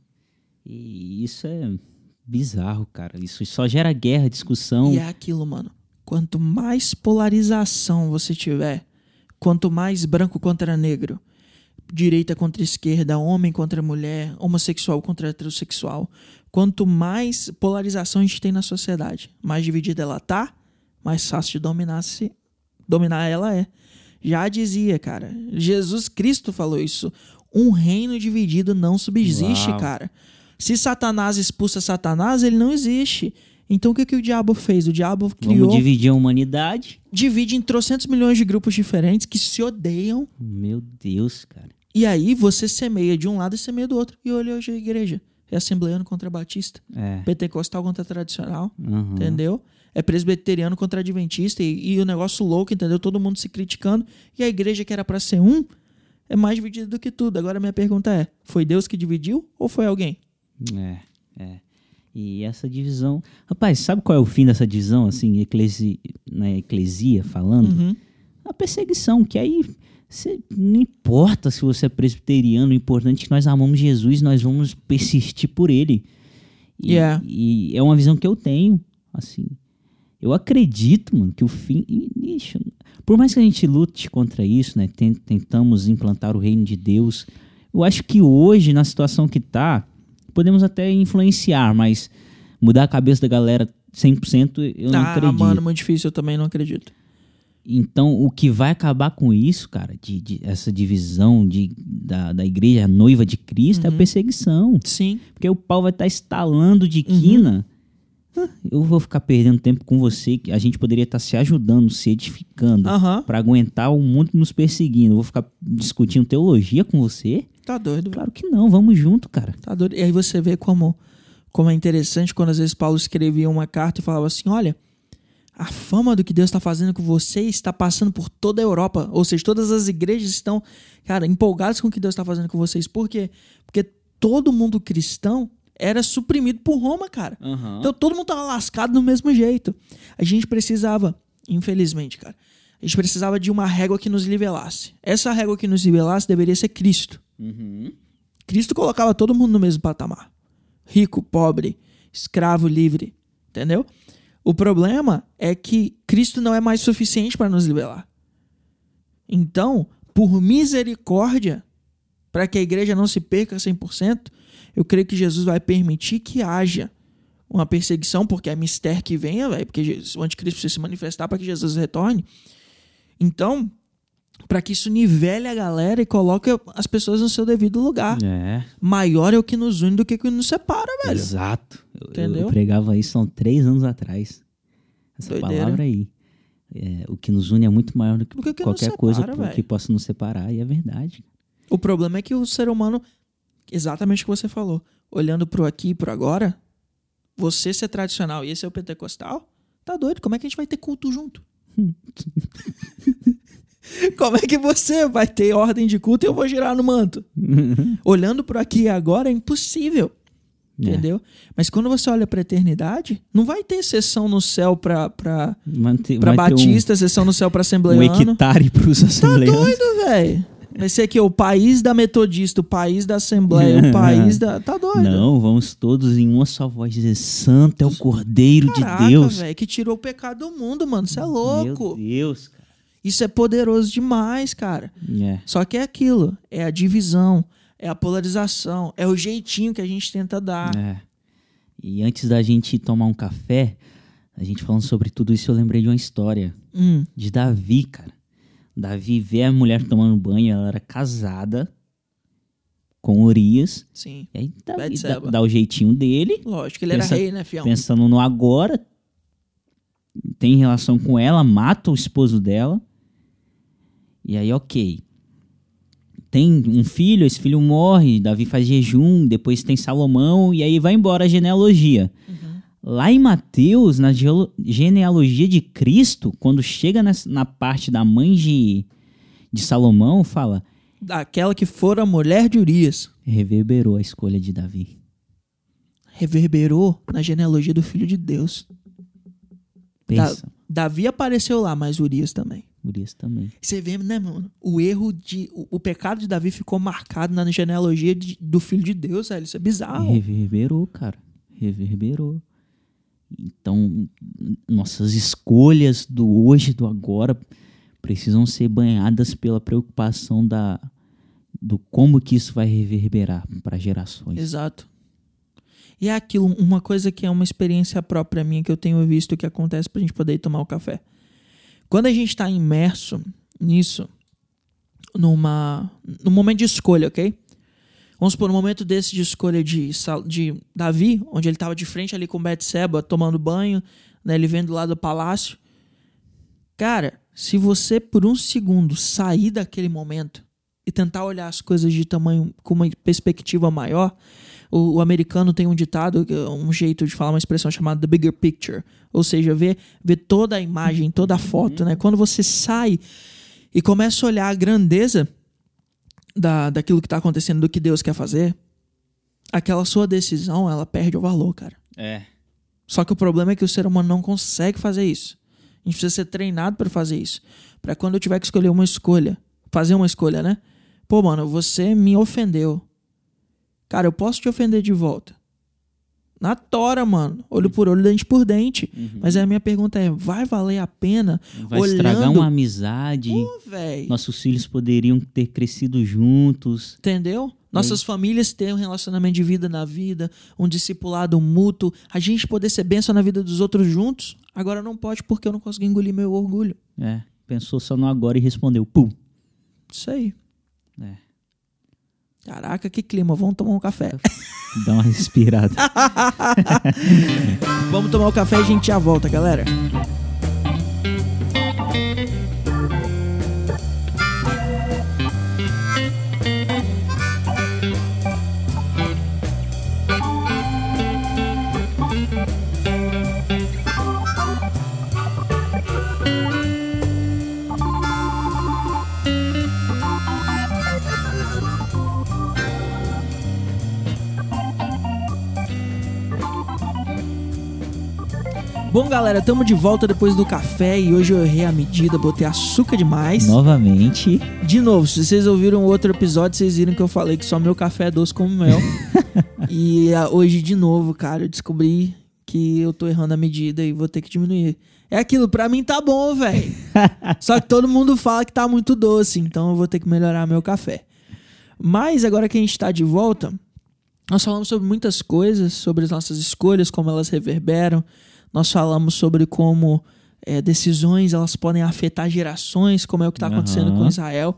E isso é bizarro, cara. Isso só gera guerra, discussão. E é aquilo, mano. Quanto mais polarização você tiver, quanto mais branco contra negro, direita contra esquerda, homem contra mulher, homossexual contra heterossexual, quanto mais polarização a gente tem na sociedade, mais dividida ela tá, mais fácil de dominar, se dominar ela é. Já dizia, cara, Jesus Cristo falou isso. Um reino dividido não subsiste, Uau. cara. Se Satanás expulsa Satanás, ele não existe. Então o que, que o diabo fez? O diabo criou... Vamos dividir a humanidade. Divide em trocentos milhões de grupos diferentes que se odeiam. Meu Deus, cara. E aí você semeia de um lado e semeia do outro. E olha hoje a igreja. É assembleano contra batista. É. Pentecostal contra tradicional. Uhum. Entendeu? É presbiteriano contra adventista. E, e o negócio louco, entendeu? Todo mundo se criticando. E a igreja que era pra ser um é mais dividida do que tudo. Agora minha pergunta é, foi Deus que dividiu ou foi alguém? É, é. E essa divisão... Rapaz, sabe qual é o fim dessa divisão, assim, eclesi... na eclesia falando? Uhum. A perseguição, que aí... Cê, não importa se você é presbiteriano, o importante é que nós amamos Jesus, nós vamos persistir por ele. E, Yeah. e é uma visão que eu tenho, assim. Eu acredito, mano, que o fim... Ixi, por mais que a gente lute contra isso, né, tentamos implantar o reino de Deus, eu acho que hoje, na situação que tá, podemos até influenciar, mas mudar a cabeça da galera cem por cento eu não Ah, acredito. mano, muito difícil, eu também não acredito. Então, o que vai acabar com isso, cara, de, de essa divisão de, da, da igreja, a noiva de Cristo, é a perseguição. Sim. Porque o pau vai estar estalando de quina. Ah, eu vou ficar perdendo tempo com você, que a gente poderia estar se ajudando, se edificando, Aham. para aguentar o mundo nos perseguindo. Eu vou ficar discutindo teologia com você? Tá doido. Claro que não, vamos junto, cara. Tá doido. E aí você vê como, como é interessante quando às vezes Paulo escrevia uma carta e falava assim, olha, a fama do que Deus está fazendo com você está passando por toda a Europa. Ou seja, todas as igrejas estão, cara, empolgadas com o que Deus está fazendo com vocês. Por quê? Porque todo mundo cristão era suprimido por Roma, cara. Uhum. Então todo mundo estava lascado do mesmo jeito. A gente precisava, infelizmente, cara, a gente precisava de uma régua que nos nivelasse. Essa régua que nos nivelasse deveria ser Cristo. Uhum. Cristo colocava todo mundo no mesmo patamar. Rico, pobre, escravo, livre. Entendeu? O problema é que Cristo não é mais suficiente para nos liberar. Então, por misericórdia, para que a igreja não se perca cem por cento, eu creio que Jesus vai permitir que haja uma perseguição, porque é mistério que venha, véio, porque Jesus, o anticristo precisa se manifestar para que Jesus retorne. Então, para que isso nivele a galera e coloque as pessoas no seu devido lugar. É. Maior é o que nos une do que o que nos separa, velho. Exato. Eu, Entendeu? eu pregava isso há três anos atrás. Essa Doideira. palavra aí. É, o que nos une é muito maior do que, Do que o que qualquer nos coisa separa, que velho. possa nos separar. E é verdade. O problema é que o ser humano, exatamente o que você falou, olhando pro aqui e pro agora, você ser tradicional e esse é o pentecostal, tá doido? Como é que a gente vai ter culto junto? Como é que você vai ter ordem de culto e eu vou girar no manto? Olhando pro aqui e agora é impossível. Entendeu? Mas quando você olha pra eternidade, não vai ter sessão no céu pra, pra, Vai ter- pra vai ter batista, sessão no céu pra Um, um assembleiano. hectare pros Tá assembleanos. doido, velho. Vai ser aqui o país da metodista, o país da assembleia, o país da... Tá doido. Não, vamos todos em uma só voz dizer: Santo é o Cordeiro Caraca, de Deus. velho, que tirou o pecado do mundo, mano. Você é louco. Meu Deus, cara. Isso é poderoso demais, cara. É. Só que é aquilo. É a divisão, é a polarização, é o jeitinho que a gente tenta dar. É. E antes da gente tomar um café, a gente falando sobre tudo isso, eu lembrei de uma história Hum, de Davi, cara. Davi vê a mulher tomando banho, ela era casada com Urias. sim. E aí Davi dá, Betseba. dá o jeitinho dele, Lógico, ele Pensa- era rei, né, fião? pensando no agora, tem relação com ela, mata o esposo dela. E aí, ok. Tem um filho, esse filho morre, Davi faz jejum, depois tem Salomão, e aí vai embora a genealogia. Lá em Mateus, na geolo- genealogia de Cristo, quando chega nessa- na parte da mãe de, de Salomão, fala, Daquela que fora a mulher de Urias. reverberou a escolha de Davi. Reverberou na genealogia do Filho de Deus. Pensa, Davi apareceu lá, mas Urias também. Urias também. Você vê, né, mano? O erro de... O, o pecado de Davi ficou marcado na genealogia de- do Filho de Deus, velho. Isso é bizarro. Reverberou, cara. Reverberou. Então, nossas escolhas do hoje e do agora precisam ser banhadas pela preocupação da, do como que isso vai reverberar para gerações. Exato. E é aquilo, uma coisa que é uma experiência própria minha que eu tenho visto que acontece pra gente poder ir tomar o café. Quando a gente tá imerso nisso, numa, num momento de escolha, ok? Vamos supor, um momento desse de escolha de, Sal- de Davi, onde ele estava de frente ali com Betseba, tomando banho, né, ele vendo lá do palácio. Cara, se você por um segundo sair daquele momento e tentar olhar as coisas de tamanho com uma perspectiva maior, o, o americano tem um ditado, um jeito de falar, uma expressão chamada the bigger picture, ou seja, ver, ver toda a imagem, toda a foto, né? Quando você sai e começa a olhar a grandeza Da, daquilo que está acontecendo, do que Deus quer fazer, aquela sua decisão, ela perde o valor, cara. É. Só que o problema é que o ser humano não consegue fazer isso. A gente precisa ser treinado para fazer isso. Para quando eu tiver que escolher uma escolha, fazer uma escolha, né? Pô, mano, você me ofendeu. Cara, eu posso te ofender de volta. Na tora, mano. Olho por olho, dente por dente. Uhum. Mas a minha pergunta é, vai valer a pena? Vai olhando... estragar uma amizade. Pô, velho. Nossos filhos poderiam ter crescido juntos. Entendeu? Nossas famílias terem um relacionamento de vida na vida, um discipulado mútuo, a gente poder ser bênção na vida dos outros juntos. Agora não pode porque eu não consegui engolir meu orgulho. É. Pensou só no agora e respondeu. Pum. Isso aí. É. Caraca, que clima. Vamos tomar um café. Dá uma respirada. Vamos tomar um café e a gente já volta, galera. Bom, galera, estamos de volta depois do café e hoje eu errei a medida, botei açúcar demais. Novamente. De novo, se vocês ouviram outro episódio, vocês viram que eu falei que só meu café é doce como mel. E ah, hoje, de novo, cara, eu descobri que eu tô errando a medida e vou ter que diminuir. É aquilo, pra mim tá bom, velho. Só que todo mundo fala que tá muito doce, então eu vou ter que melhorar meu café. Mas agora que a gente tá de volta, nós falamos sobre muitas coisas, sobre as nossas escolhas, como elas reverberam. Nós falamos sobre como é, decisões elas podem afetar gerações, como é o que tá acontecendo Uhum. com Israel.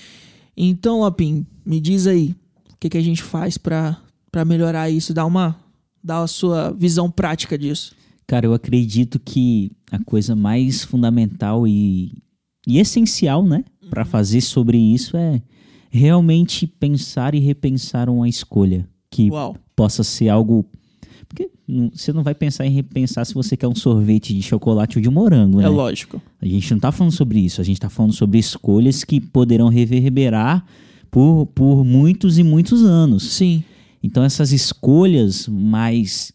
Então, Lopim, me diz aí, o que, que a gente faz pra, pra melhorar isso? Dá uma, dá a sua visão prática disso. Cara, eu acredito que a coisa mais fundamental e, e essencial, né, para fazer sobre isso é realmente pensar e repensar uma escolha que Uau. possa ser algo. Porque não- você não vai pensar em repensar se você quer um sorvete de chocolate ou de morango, né? É lógico. A gente não tá falando sobre isso, a gente tá falando sobre escolhas que poderão reverberar por, por muitos e muitos anos. Sim. Então essas escolhas mais,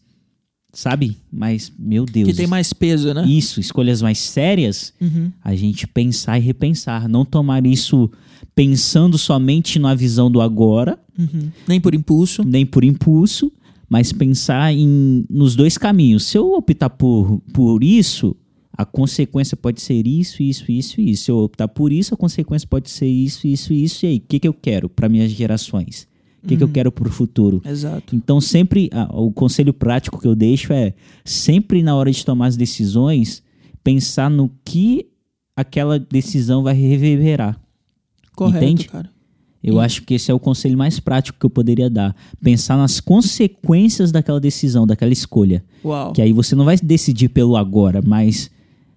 sabe, mais, meu Deus. Que tem mais peso, né? Isso, escolhas mais sérias, Uhum. a gente pensar e repensar. Não tomar isso pensando somente na visão do agora, Uhum. Nem por impulso. nem por impulso, mas pensar em, nos dois caminhos. Se eu optar por, por isso, a consequência pode ser isso, isso, isso e isso. Se eu optar por isso, a consequência pode ser isso, isso e isso. E aí, o que, que eu quero para minhas gerações? O que, que eu quero para o futuro? Exato. Então, sempre, ah, o conselho prático que eu deixo é, sempre na hora de tomar as decisões, pensar no que aquela decisão vai reverberar. Correto, Entende? cara. Eu Sim. acho que esse é o conselho mais prático que eu poderia dar. Pensar nas consequências daquela decisão, daquela escolha. Uau. Que aí você não vai decidir pelo agora, mas...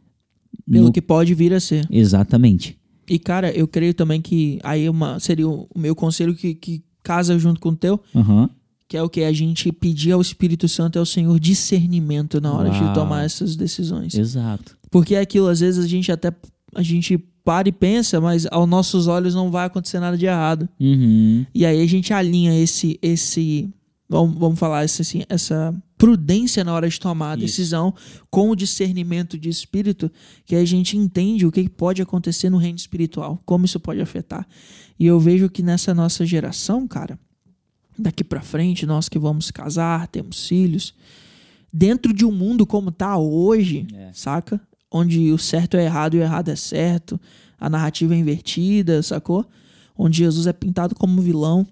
Pelo no- que pode vir a ser. Exatamente. E, cara, eu creio também que aí uma, seria o meu conselho que, que casa junto com o teu, Aham. que é o que? A gente pedir ao Espírito Santo e ao Senhor discernimento na hora Uau. de tomar essas decisões. Exato. Porque é aquilo, às vezes a gente até a gente para e pensa, mas aos nossos olhos não vai acontecer nada de errado. Uhum. E aí a gente alinha esse, esse vamos, vamos falar esse, assim, essa prudência na hora de tomar a Isso. decisão com o discernimento de espírito, que a gente entende o que pode acontecer no reino espiritual, como isso pode afetar. E eu vejo que nessa nossa geração, cara, daqui pra frente, nós que vamos casar, temos filhos, dentro de um mundo como tá hoje, É. saca? Onde o certo é errado e o errado é certo, a narrativa é invertida, sacou? Onde Jesus é pintado como vilão,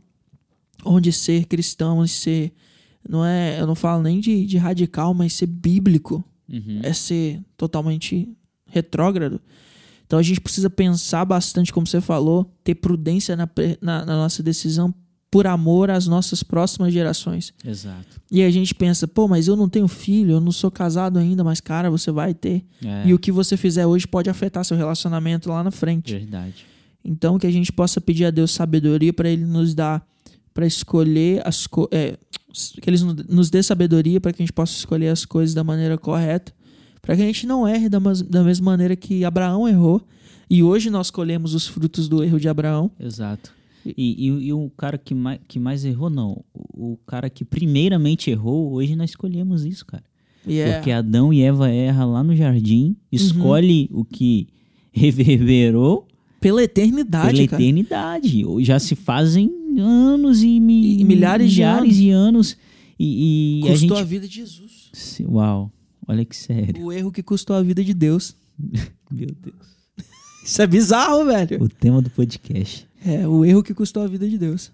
onde ser cristão e ser, não é, eu não falo nem de, de radical, mas ser bíblico Uhum. é ser totalmente retrógrado. Então a gente precisa pensar bastante, como você falou, ter prudência na, pre- na, na nossa decisão por amor às nossas próximas gerações. Exato. E a gente pensa, pô, mas eu não tenho filho, eu não sou casado ainda, mas cara, você vai ter. É. E o que você fizer hoje pode afetar seu relacionamento lá na frente. Verdade. Então que a gente possa pedir a Deus sabedoria para Ele nos dar, para escolher as coisas, é, que Ele nos dê sabedoria para que a gente possa escolher as coisas da maneira correta, para que a gente não erre da, mas- da mesma maneira que Abraão errou. E hoje nós colhemos os frutos do erro de Abraão. Exato. E, e, e o cara que mais, que mais errou, não. O, o cara que primeiramente errou, hoje nós escolhemos isso, cara. E é, Porque Adão e Eva erram lá no jardim, escolhe o que reverberou pela eternidade, pela cara. eternidade. Já se fazem anos e, mi- E milhares de milhares anos. de anos. E, e a Custou gente... a vida de Jesus. Se- Uau, olha que sério. O erro que custou a vida de Deus. Meu Deus. Isso é bizarro, velho. O tema do podcast. É, o erro que custou a vida de Deus.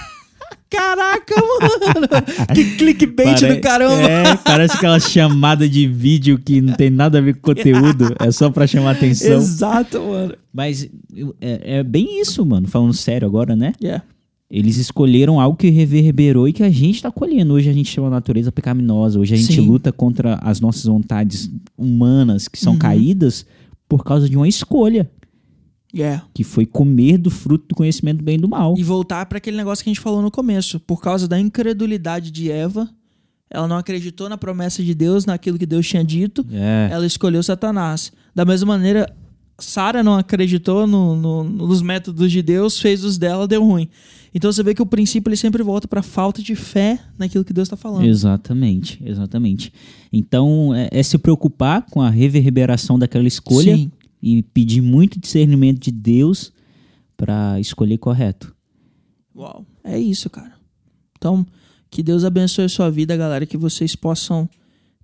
Caraca, mano! Que clickbait Pare- do caramba! É, parece aquela chamada de vídeo que não tem nada a ver com conteúdo, é só pra chamar atenção. Exato, mano. Mas eu- é, é bem isso, mano, falando sério agora, né? Yeah. Eles escolheram algo que reverberou e que a gente tá colhendo. Hoje a gente chama a natureza pecaminosa, hoje a gente Sim. luta contra as nossas vontades humanas que são Uhum. caídas por causa de uma escolha, Yeah. que foi comer do fruto do conhecimento do bem e do mal. E voltar para aquele negócio que a gente falou no começo. Por causa da incredulidade de Eva, ela não acreditou na promessa de Deus, naquilo que Deus tinha dito. É, Ela escolheu Satanás. Da mesma maneira, Sara não acreditou no- no- nos métodos de Deus, fez os dela, deu ruim. Então você vê que o princípio ele sempre volta para falta de fé naquilo que Deus está falando. exatamente, exatamente. Então é, é se preocupar com a reverberação daquela escolha Sim. e pedir muito discernimento de Deus para escolher correto. Uau, é isso, cara. Então, que Deus abençoe a sua vida, galera, que vocês possam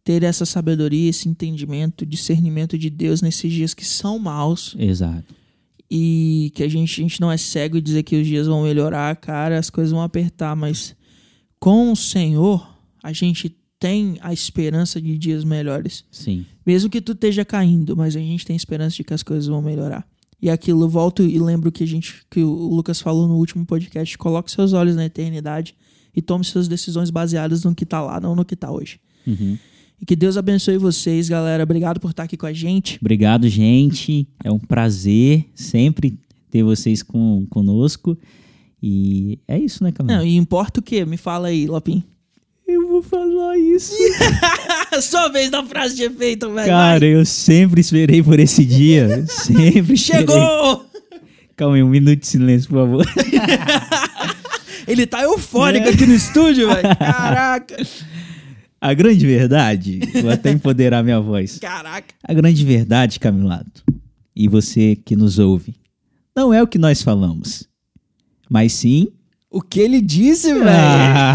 ter essa sabedoria, esse entendimento, discernimento de Deus nesses dias que são maus. Exato. E que a gente, a gente não é cego e dizer que os dias vão melhorar, cara, as coisas vão apertar, mas com o Senhor, a gente tem a esperança de dias melhores. Sim. Mesmo que tu esteja caindo, mas a gente tem esperança de que as coisas vão melhorar. E aquilo, eu volto e lembro que, a gente, que o Lucas falou no último podcast, coloque seus olhos na eternidade e tome suas decisões baseadas no que tá lá, não no que tá hoje. Uhum. E que Deus abençoe vocês, galera. Obrigado por estar aqui com a gente. Obrigado, gente. É um prazer sempre ter vocês com, conosco. E é isso, né, Camila? Não, e importa o quê? Me fala aí, Lopim. Eu vou falar isso. Sua vez da frase de efeito, velho. Cara, vai. Eu sempre esperei por esse dia. Sempre esperei. Chegou! Calma aí, um minuto de silêncio, por favor. Ele tá eufórico É. aqui no estúdio, velho. Caraca. A grande verdade, vou até empoderar minha voz. Caraca. A grande verdade, Camilato, e você que nos ouve, não é o que nós falamos, mas sim... O que ele disse, velho. Ah.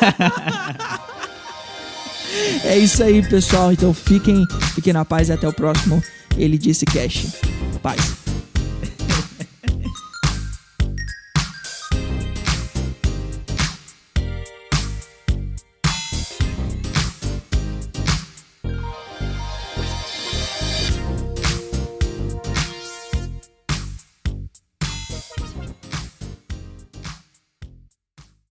É isso aí, pessoal. Então fiquem, fiquem na paz e até o próximo Ele Disse Cash. Paz.